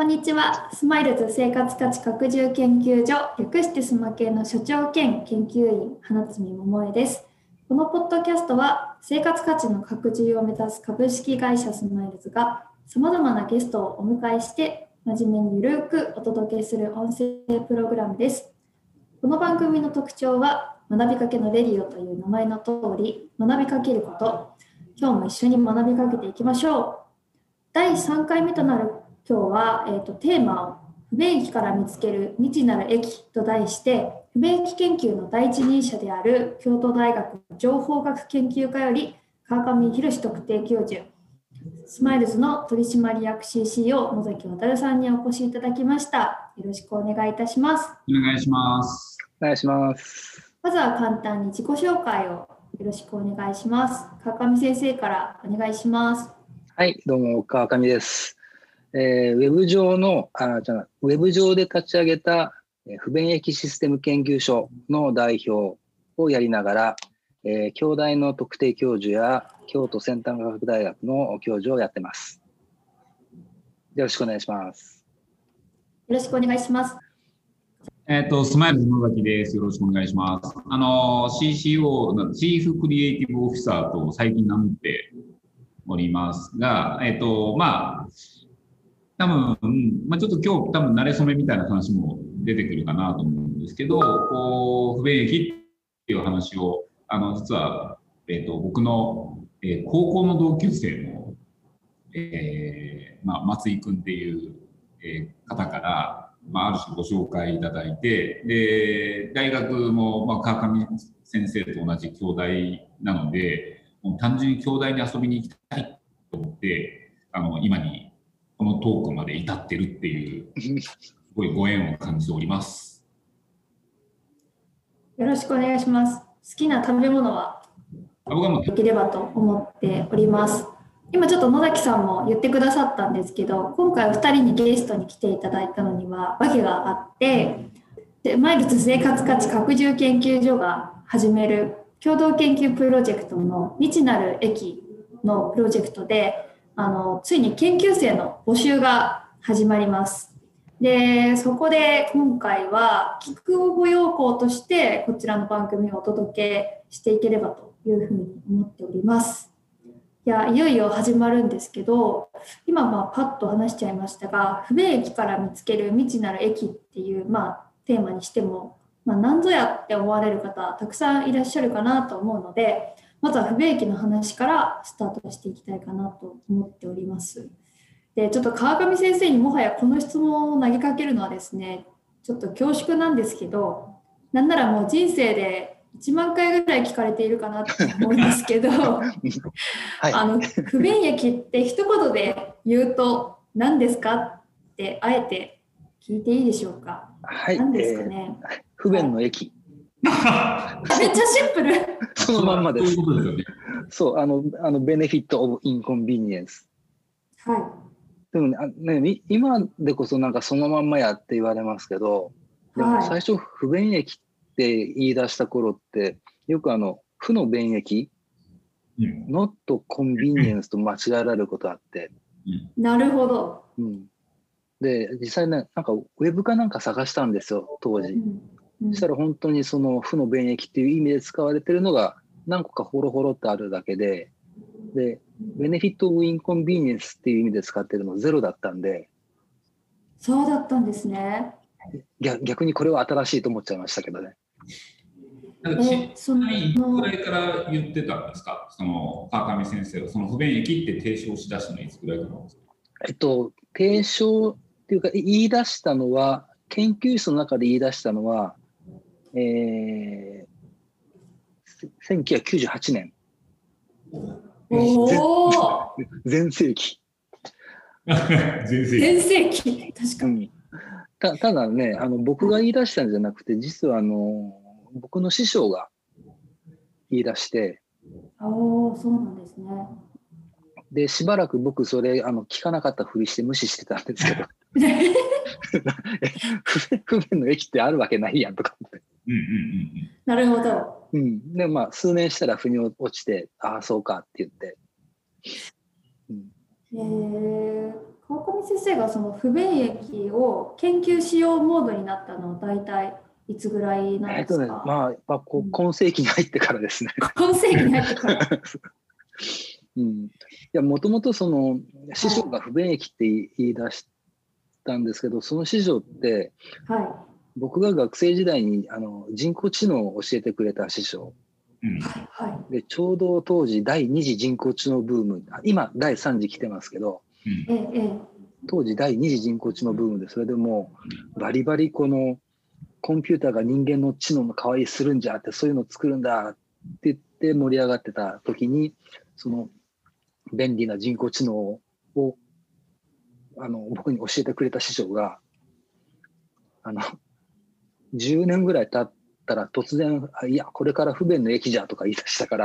こんにちは。スマイルズ生活価値拡充研究所、略してスマ系の所長兼研究員、花積桃江です。このポッドキャストは、生活価値の拡充を目指す株式会社スマイルズが、さまざまなゲストをお迎えして、真面目にゆるくお届けする音声プログラムです。この番組の特徴は、学びかけのレディオという名前の通り、学びかけること。今日も一緒に学びかけていきましょう。第3回目となる今日は、テーマを不便駅から見つける未知なる駅と題して、不便駅研究の第一人者である京都大学情報学研究科より川上博特定教授、スマイルズの取締役 CCO 野崎渉さんにお越しいただきました。よろしくお願いいたします。 お願いします。 お願いします。 まずは簡単に自己紹介をよろしくお願いします。川上先生からお願いします。 はい、どうも川上です。ウェブ上で立ち上げた不便駅システム研究所の代表をやりながら、京大の特定教授や京都先端科学大学の教授をやってます。よろしくお願いします。 よろしくお願いします。 スマイルズ野崎です。よろしくお願いします。CCO のチーフクリエイティブオフィサーと最近名乗っておりますが、多分、ちょっと今日多分慣れ初めみたいな話も出てくるかなと思うんですけど、不便駅っていう話を、実は、僕の、高校の同級生の、松井君っていう、方から、ある種ご紹介いただいて、で、大学も、川上先生と同じ京大なので、もう単純に京大に遊びに行きたいと思って、今にこのトークまで至ってるっていう、すごいご縁を感じております。 よろしくお願いします。好きな食べ物はできればと思っております。今ちょっと野崎さんも言ってくださったんですけど、今回お二人にゲストに来ていただいたのには訳があって、マイルズ生活価値拡充研究所が始める共同研究プロジェクトの未知なる駅のプロジェクトで、ついに研究生の募集が始まります。で、そこで今回は聞く応募要項としてこちらの番組をお届けしていければというふうに思っております。いよいよ始まるんですけど、今パッと話しちゃいましたが、不便駅から見つける未知なる駅っていうテーマにしても、何ぞやって思われる方たくさんいらっしゃるかなと思うので、まずは不便駅の話からスタートしていきたいかなと思っております。で、ちょっと川上先生にもはやこの質問を投げかけるのはですね、ちょっと恐縮なんですけど、なんならもう人生で1万回ぐらい聞かれているかなって思うんですけど、はい、不便駅って一言で言うと何ですかってあえて聞いていいでしょうか。 はい、 何ですかね。 不便の駅。 めっちゃシンプル。 そのまんまです。 そういうことですよね。 そう、ベネフィット・オブ・インコンビニエンス。 はい。 でもね、今でこそなんかそのまんまやって言われますけど、でも最初不便駅って言い出した頃ってよく負の便益、not convenience と間違えられることあって、 なるほど、 で実際ね、なんかウェブかなんか探したんですよ当時、そしたら本当にその負の便益っていう意味で使われてるのが何個かホロホロってあるだけで、ベネフィット・オブ・インコンビニエンスっていう意味で使ってるのゼロだったんで。 そうだったんですね。 逆にこれは新しいと思っちゃいましたけどね。 そのいつぐらいから言ってたんですか、その川上先生はその不便駅って提唱しだしたのはいつぐらいからですか。 提唱っていうか言い出したのは、研究室の中で言い出したのは、1998年。全盛期。 全盛期、確かに。 ただね、僕が言い出したんじゃなくて、実は僕の師匠が言い出して。 そうなんですね。 で、しばらく僕それ聞かなかったふりして無視してたんですけど不便の駅ってあるわけないやんとか思って。 なるほど。 で数年したら腑に落ちて、ああそうかって言って。 川上先生がその不便益を研究しようモードになったのは大体いつぐらいなんですか？ まあ、今世紀に入ってからですね。 今世紀に入ってから。 うん、いや、もともとその師匠が不便益って言い出したんですけど、その師匠って、 はい、 僕が学生時代に人工知能を教えてくれた師匠、 はいはい、 でちょうど当時第2次人工知能ブーム、今第3次来てますけど、当時第2次人工知能ブームで、それでもうバリバリこのコンピューターが人間の知能の代わりするんじゃって、そういうのを作るんだって言って盛り上がってた時に、その便利な人工知能を僕に教えてくれた師匠が10年ぐらい経ったら突然「いやこれから不便の駅じゃ」とか言い出したから、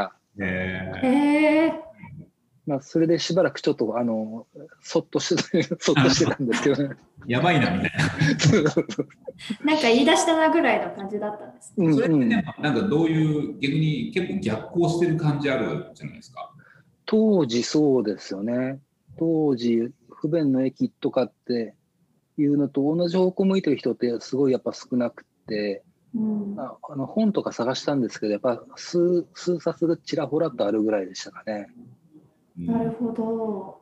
まあ、それでしばらくちょっとそっとしてたんですけどね。 やばいなみたいな。なんか言い出したなぐらいの感じだったんですね。 それってね、なんかどういう逆に結構逆行してる感じあるじゃないですか。 当時そうですよね。当時不便の駅とかっていうのと同じ方向向いてる人ってすごいやっぱ少なくて、本とか探したんですけど、やっぱ数冊がちらほらとあるぐらいでしたかね。 なるほど。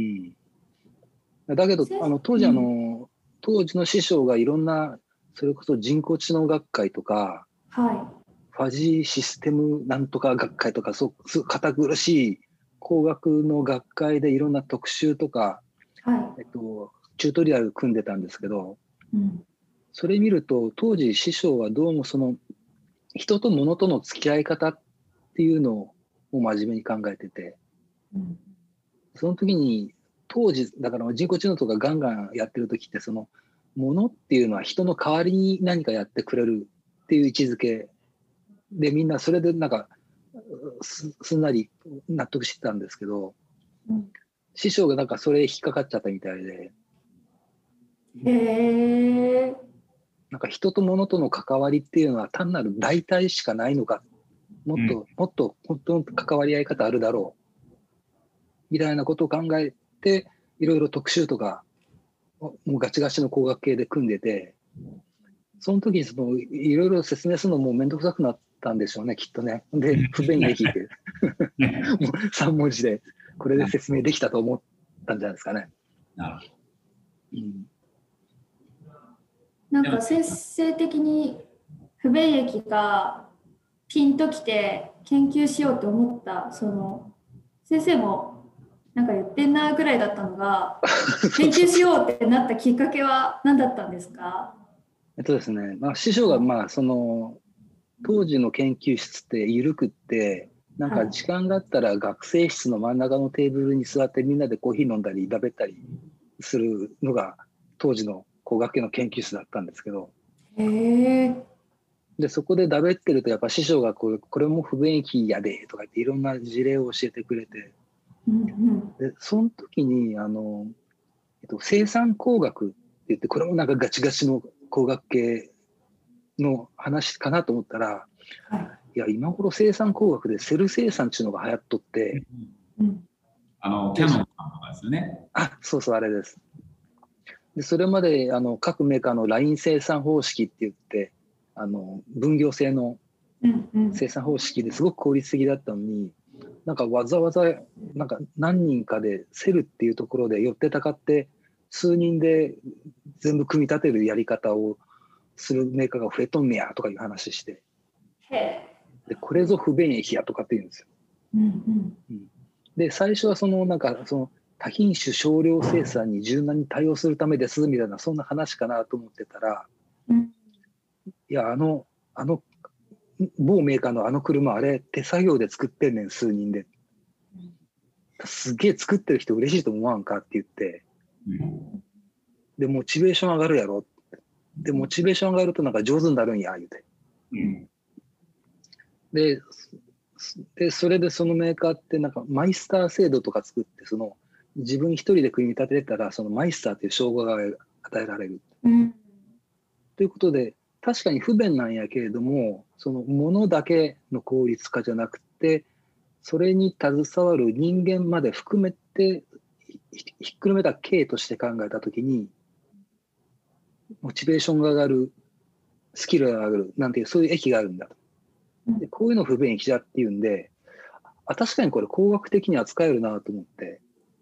だけど当時の師匠がいろんな、それこそ人工知能学会とか、ファジーシステムなんとか学会とか、堅苦しい工学の学会でいろんな特集とか、チュートリアル組んでたんですけど、それ見ると当時師匠はどうもその人と物との付き合い方っていうのを真面目に考えてて、その時に当時だから人工知能とかガンガンやってる時って、その物っていうのは人の代わりに何かやってくれるっていう位置づけで、みんなそれでなんかすんなり納得してたんですけど、師匠がなんかそれ引っかかっちゃったみたいで、なんか人と物との関わりっていうのは単なる代替しかないのか、もっと本当の関わり合い方あるだろうみたいなことを考えて、いろいろ特集とかもうガチガチの工学系で組んでて、その時にいろいろ説明するのも面倒くさくなったんでしょうね、きっとね。で、不便益ってもう3文字でこれで説明できたと思ったんじゃないですかね。 なんか先生的に不便益がピンときて研究しようと思った、その先生もなんか言ってんなぐらいだったのが研究しようってなったきっかけは何だったんですか？ ですね、師匠がその当時の研究室って緩くって、なんか時間があったら学生室の真ん中のテーブルに座ってみんなでコーヒー飲んだりだべったりするのが当時の工学系の研究室だったんですけど、でそこでだべってるとやっぱ師匠がこれも不便益やでとか言っていろんな事例を教えてくれて、でその時に生産工学って言って、これもなんかガチガチの工学系の話かなと思ったら、いや今頃生産工学でセル生産っていうのが流行っとって、 キャノンさんとかですよね。 そうあれです。でそれまで各メーカーのライン生産方式って言って分業制の生産方式ですごく効率的だったのに、なんかわざわざなんか何人かでセルっていうところで寄ってたかって数人で全部組み立てるやり方をするメーカーが増えとんねやとかいう話して、でこれぞ不便益やとかって言うんですよ。で最初はなんか多品種少量生産に柔軟に対応するためですみたいな、そんな話かなと思ってたら、いや某メーカーの車あれ手作業で作ってんねん数人で、すげえ作ってる人嬉しいと思わんかって言って、でモチベーション上がるやろ、でモチベーション上がるとなんか上手になるんや言うて、でそれでそのメーカーってなんかマイスター制度とか作って、自分一人で組み立てたらそのマイスターという称号が与えられる、ということで、確かに不便なんやけれども、そのものだけの効率化じゃなくて、それに携わる人間まで含めてひっくるめた K として考えたときに、モチベーションが上がる、スキルが上がるなんていう、そういう駅があるんだと。でこういうの不便駅だっていうんで、確かにこれ工学的に扱えるなと思って。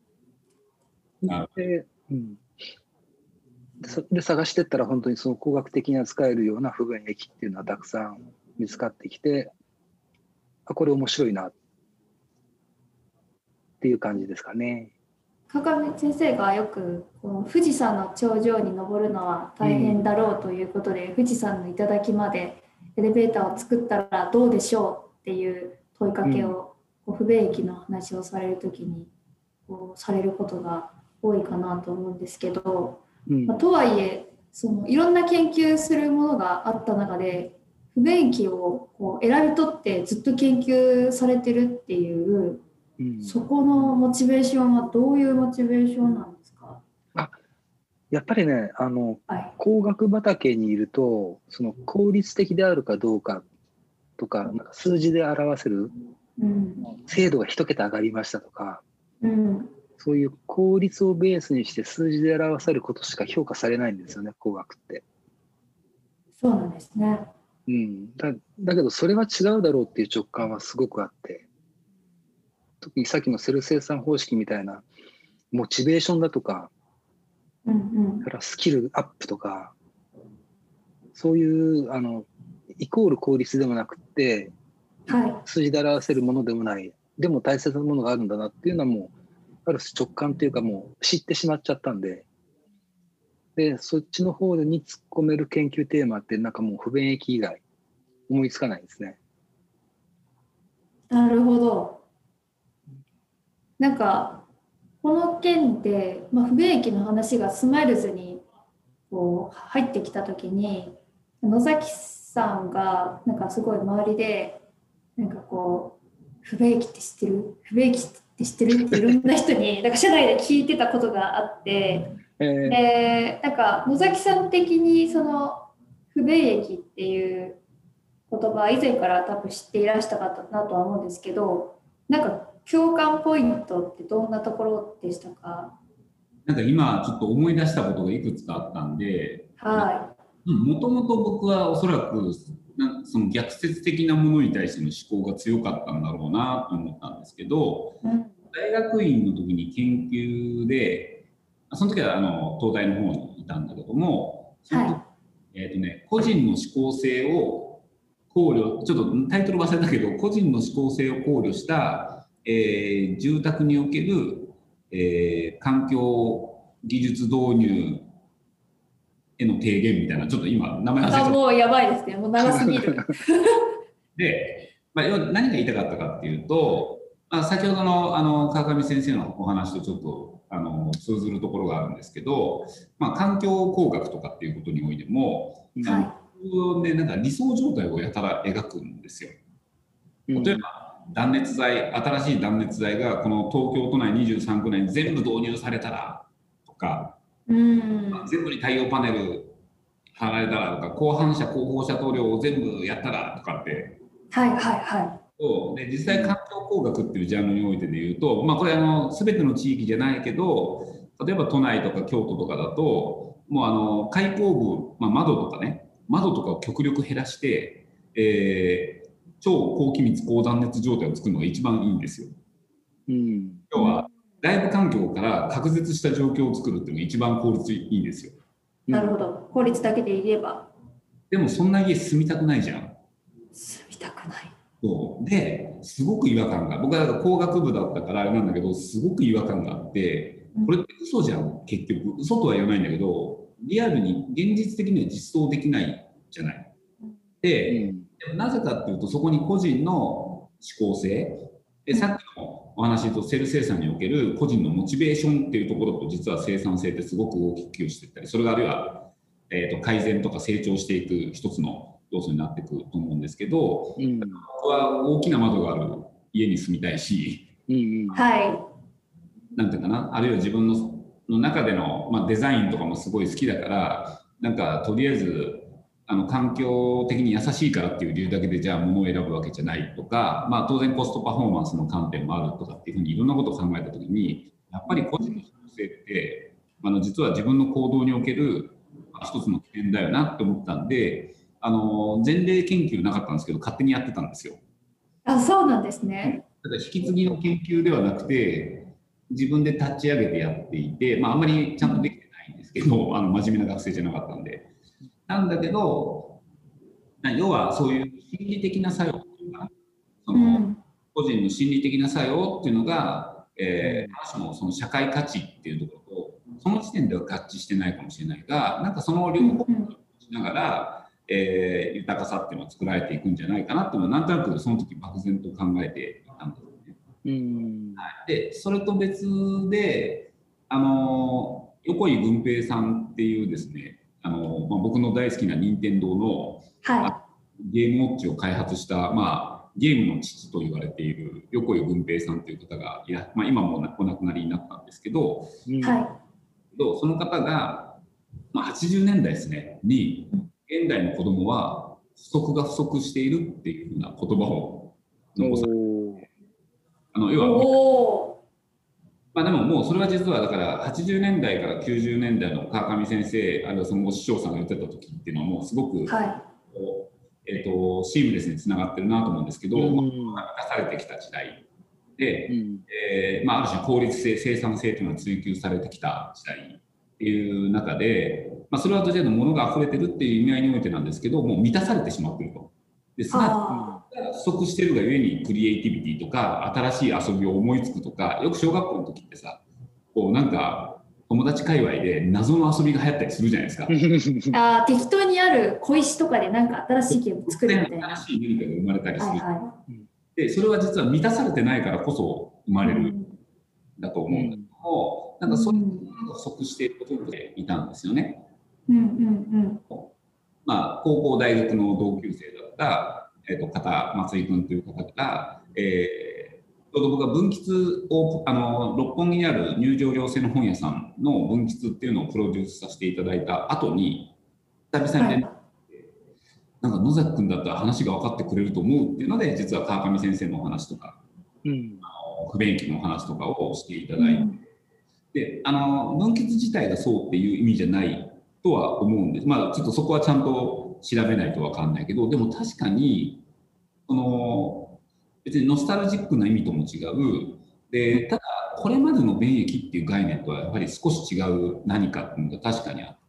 で探していったら本当にその工学的に扱えるような不便駅っていうのはたくさん見つかってきて、これ面白いなっていう感じですかね。 川上先生がよくこの富士山の頂上に登るのは大変だろうということで、富士山の頂までエレベーターを作ったらどうでしょうっていう問いかけを、不便駅の話をされるときにされることが多いかなと思うんですけど、とはいえいろんな研究するものがあった中で不便駅を選び取ってずっと研究されてるっていう、そこのモチベーションはどういうモチベーションなんですか？ やっぱりね、工学畑にいるとその効率的であるかどうかとか、なんか数字で表せる、精度が1桁上がりましたとか、そういう効率をベースにして数字で表せることしか評価されないんですよね、工学って。 そうなんですね。 だけどそれは違うだろうっていう直感はすごくあって、特にさっきのセル生産方式みたいなモチベーションだとか、からスキルアップとか、そういうイコール効率でもなくて、数字で表せるものでもない、でも大切なものがあるんだなっていうのはもうある種直感というか、もう知ってしまっちゃったんで、そっちの方に突っ込める研究テーマってなんかもう不便駅以外思いつかないですね。 なるほど。なんかこの件で、不便駅の話がスマイルズに入ってきた時に、野崎さんがなんかすごい周りでなんか不便駅って知ってる？不便駅って知ってる？っていろんな人になんか社内で聞いてたことがあって、でなんか野崎さん的にその不便駅っていう言葉は以前から多分知っていらしたかったなとは思うんですけど、なんか共感ポイントってどんなところでしたか？ なんか今ちょっと思い出したことがいくつかあったんで、もともと僕はおそらくその逆説的なものに対しての思考が強かったんだろうなと思ったんですけど、大学院の時に研究で、その時は東大の方にいたんだけども、その時、個人の思考性を考慮、ちょっとタイトル忘れたけど、個人の思考性を考慮した、住宅における、環境技術導入への提言みたいな、ちょっと今名前忘れちゃった。 もうやばいですね、もう長すぎる。 で、何が言いたかったかっていうと、先ほどの川上先生のお話とちょっと通ずるところがあるんですけど、環境工学とかっていうことにおいても、なんか理想状態をやたら描くんですよ。例えば、断熱材、新しい断熱材がこの東京都内23区内に全部導入されたらとか、全部に太陽パネル貼られたらとか、高反射高放射塗料を全部やったらとかって、で実際環境工学っていうジャンルにおいてでいうと、これ全ての地域じゃないけど、例えば都内とか京都とかだともう開口部、窓とかね、窓とかを極力減らして、超高気密高断熱状態を作るのが一番いいんですよ。要は外部環境から隔絶した状況を作るっていうのが一番効率いいんですよ。 なるほど、効率だけで言えば。 でもそんな家住みたくないじゃん。 住みたくない。 ですごく違和感が、僕は工学部だったからあれなんだけど、すごく違和感があって、これって嘘じゃん、結局。嘘とは言わないんだけど、リアルに現実的には実装できないじゃない。でなぜかっていうと、そこに個人の思考性で、さっきのお話とセル生産における個人のモチベーションっていうところと実は生産性ってすごく大きく寄与していったり、それがあるいは、改善とか成長していく一つの要素になっていくと思うんですけど、僕は大きな窓がある家に住みたいし、なんていうかな、あるいは自分の中での、デザインとかもすごい好きだから、なんかとりあえず環境的に優しいからっていう理由だけでじゃあ物を選ぶわけじゃないとか、当然コストパフォーマンスの観点もあるとかっていうふうにいろんなことを考えたときに、やっぱり個人の性って、実は自分の行動における一つの起点だよなって思ったんで、前例研究なかったんですけど、勝手にやってたんですよ。 あ、そうなんですね。 ただ引き継ぎの研究ではなくて、自分で立ち上げてやっていて、あんまりちゃんとできてないんですけど、真面目な学生じゃなかったんで。なんだけど、要はそういう心理的な作用というか、個人の心理的な作用っていうのが、その社会価値っていうところと、その時点では合致してないかもしれないが、なんかその両方をしながら、豊かさっていうのを作られていくんじゃないかなっていうのは、なんとなくその時漠然と考えていたんですね。で、それと別で、横井軍平さんっていうですね、僕の大好きな任天堂の、ゲームウォッチを開発した、ゲームの父と言われている横井軍平さんという方が今もお亡くなりになったんですけど、その方が、80年代ですねに現代の子供は不足が不足しているっていうふうな言葉を残されて、要はでももうそれは実はだから80年代から90年代の川上先生、あるいはそのお師匠さんが言ってた時っていうのはもうすごく、シームレスにつながってるなと思うんですけど、出されてきた時代で、ある種効率性、生産性というのが追求されてきた時代っていう中で、それはどちらかというと物が溢れてるっていう意味合いにおいてなんですけど、もう満たされてしまっていると。ですが、不足しているがゆえにクリエイティビティとか新しい遊びを思いつくとか、よく小学校の時ってさ、こうなんか友達界隈で謎の遊びが流行ったりするじゃないですか。 適当にある小石とかでなんか新しいゲーム作るみたいな。 新しい何かが生まれたりする。で、それは実は満たされてないからこそ生まれるんだと思うんだけども、なんかそういうのが不足していることでいたんですよね。高校大学の同級生だった片松井君という方が、ちょうど僕が文吉を六本木にある入場料制の本屋さんの文吉っていうのをプロデュースさせていただいた後に久々に連絡して、なんか野崎君だったら話が分かってくれると思うっていうので、実は川上先生のお話とか、不便益の話とかをしていただいて、で文吉自体がそうっていう意味じゃないとは思うんです。ちょっとそこはちゃんと調べないと分かんないけど、でも確かに別にノスタルジックな意味とも違う。で、ただこれまでの便益っていう概念とはやっぱり少し違う何かっていうのが確かにあって、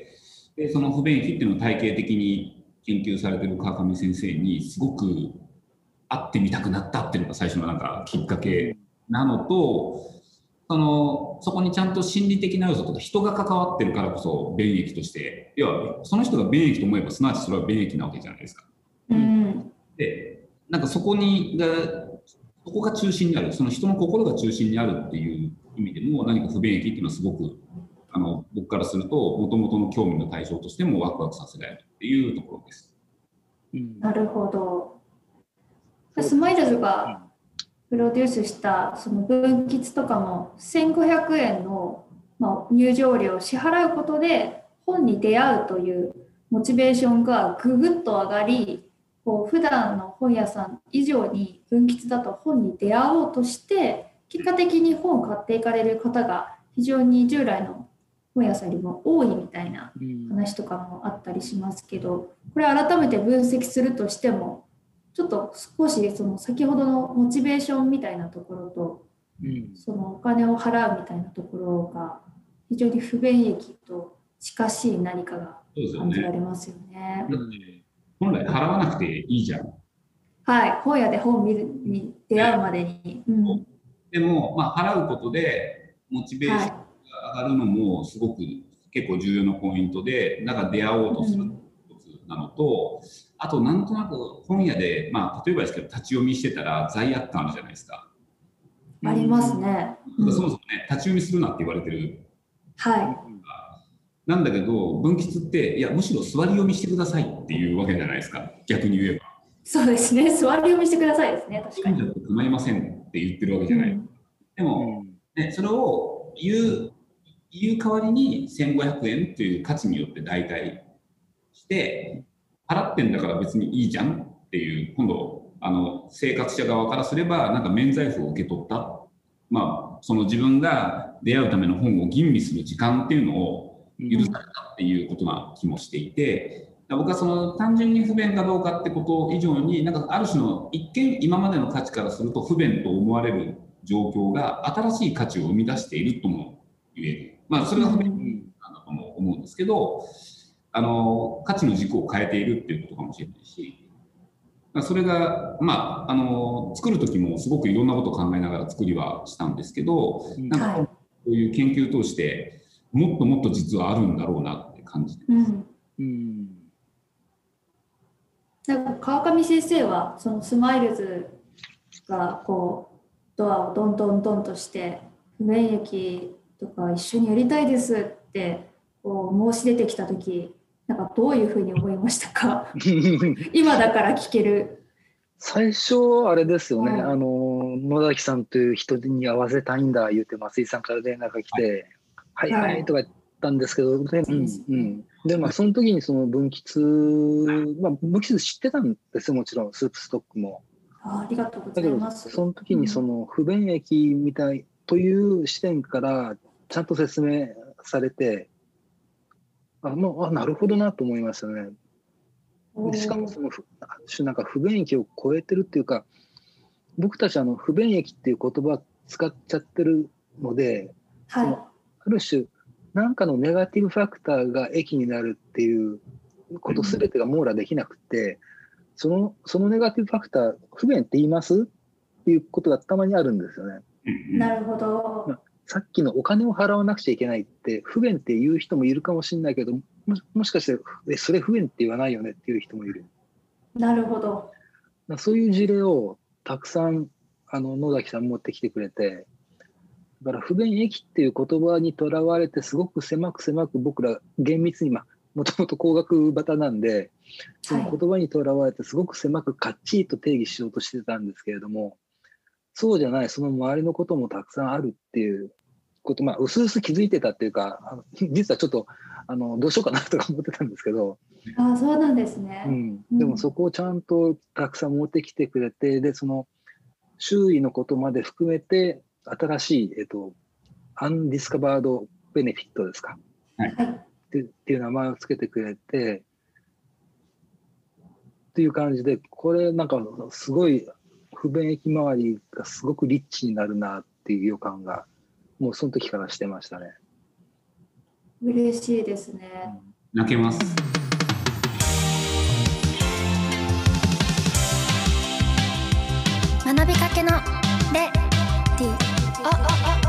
でその不便益っていうのを体系的に研究されている川上先生にすごく会ってみたくなったっていうのが最初のなんかきっかけなのと、そこにちゃんと心理的な要素とか人が関わってるからこそ便益として、要はその人が便益と思えばすなわちそれは便益なわけじゃないですか。で、なんかそこが中心にある、その人の心が中心にあるっていう意味でも何か不便益っていうのはすごく僕からするともともとの興味の対象としてもワクワクさせられるっていうところです。 なるほど。スマイルズがプロデュースしたその文吉とかも1500円の入場料を支払うことで本に出会うというモチベーションがぐぐっと上がり、普段の本屋さん以上に文吉だと本に出会おうとして結果的に本を買っていかれる方が非常に従来の本屋さんよりも多いみたいな話とかもあったりしますけど、これ改めて分析するとしてもちょっと少しその先ほどのモチベーションみたいなところと、そのお金を払うみたいなところが非常に不便益と近しい何かが感じられますよね。 本来払わなくていいじゃん。 はい、本屋で本を見るに出会うまでに。 でも、払うことでモチベーションが上がるのもすごく結構重要なポイントで、なんか出会おうとすることなのと、あとなんとなく本屋で、例えばですけど立ち読みしてたら罪悪感あるじゃないですか。 ありますね。 そもそもね、立ち読みするなって言われてる。なんだけど文吉っていやむしろ座り読みしてくださいっていうわけじゃないですか。逆に言えば。 そうですね。座り読みしてくださいですね。確かに。 構いませんって言ってるわけじゃない。でも、それを言う代わりに1500円という価値によって代替して払ってんだから別にいいじゃんっていう今度生活者側からすればなんか免罪符を受け取った。ちょその自分が出会うための本を吟味する時間っていうのを許されたっていうことな気もしていて、僕はその単純に不便かどうかってこと以上に、なんかある種の一見今までの価値からすると不便と思われる状況が新しい価値を生み出しているとも言える。まあそれが不便なんだとも思うんですけど、価値の軸を変えているっていうことかもしれないし、それが、まあ、作る時もすごくいろんなことを考えながら作りはしたんですけど、なんかこういう研究を通してもっともっと実はあるんだろうなって感じてます。 なんか川上先生はそのスマイルズがこうドアをドンドンドンとして不便益とか一緒にやりたいですってこう申し出てきた時、なんかどういうふうに思いましたか？今だから聞ける。 最初あれですよね、野崎さんという人に会わせたいんだ言うて松井さんから連絡が来て、はいはいとか言ったんですけど、でまあその時にその分泌、まあ分泌知ってたんですよ、もちろんスープストックも。 ありがとうございます。 だけどその時にその不便益みたいという視点からちゃんと説明されて、なるほどなと思いましたね。でしかもそのなんか不便益を超えてるっていうか、僕たち不便益っていう言葉使っちゃってるので、そのある種何かのネガティブファクターが益になるっていうこと全てが網羅できなくて、そのネガティブファクター不便って言いますっていうことがたまにあるんですよね。 なるほど。 さっきのお金を払わなくちゃいけないって不便って言う人もいるかもしれないけど、もしかしてそれ不便って言わないよねっていう人もいる。 なるほど。 そういう事例をたくさん野崎さん持ってきてくれて、だから不便益っていう言葉にとらわれてすごく狭く僕ら厳密にもともと工学バタなんで、その言葉にとらわれてすごく狭くかっちりと定義しようとしてたんですけれども、そうじゃない、その周りのこともたくさんあるっていうこと、うすうす気づいてたっていうか、実はちょっとどうしようかなとか思ってたんですけど、 そうなんですね。 でもそこをちゃんとたくさん持ってきてくれて、でその周囲のことまで含めて新しい、アンディスカバードベネフィットですか、っていう名前をつけてくれてっていう感じで、これなんかすごい不便益周りがすごくリッチになるなっていう予感がもうその時からしてましたね。 嬉しいですね。 泣けます。 学びかけのレディオ。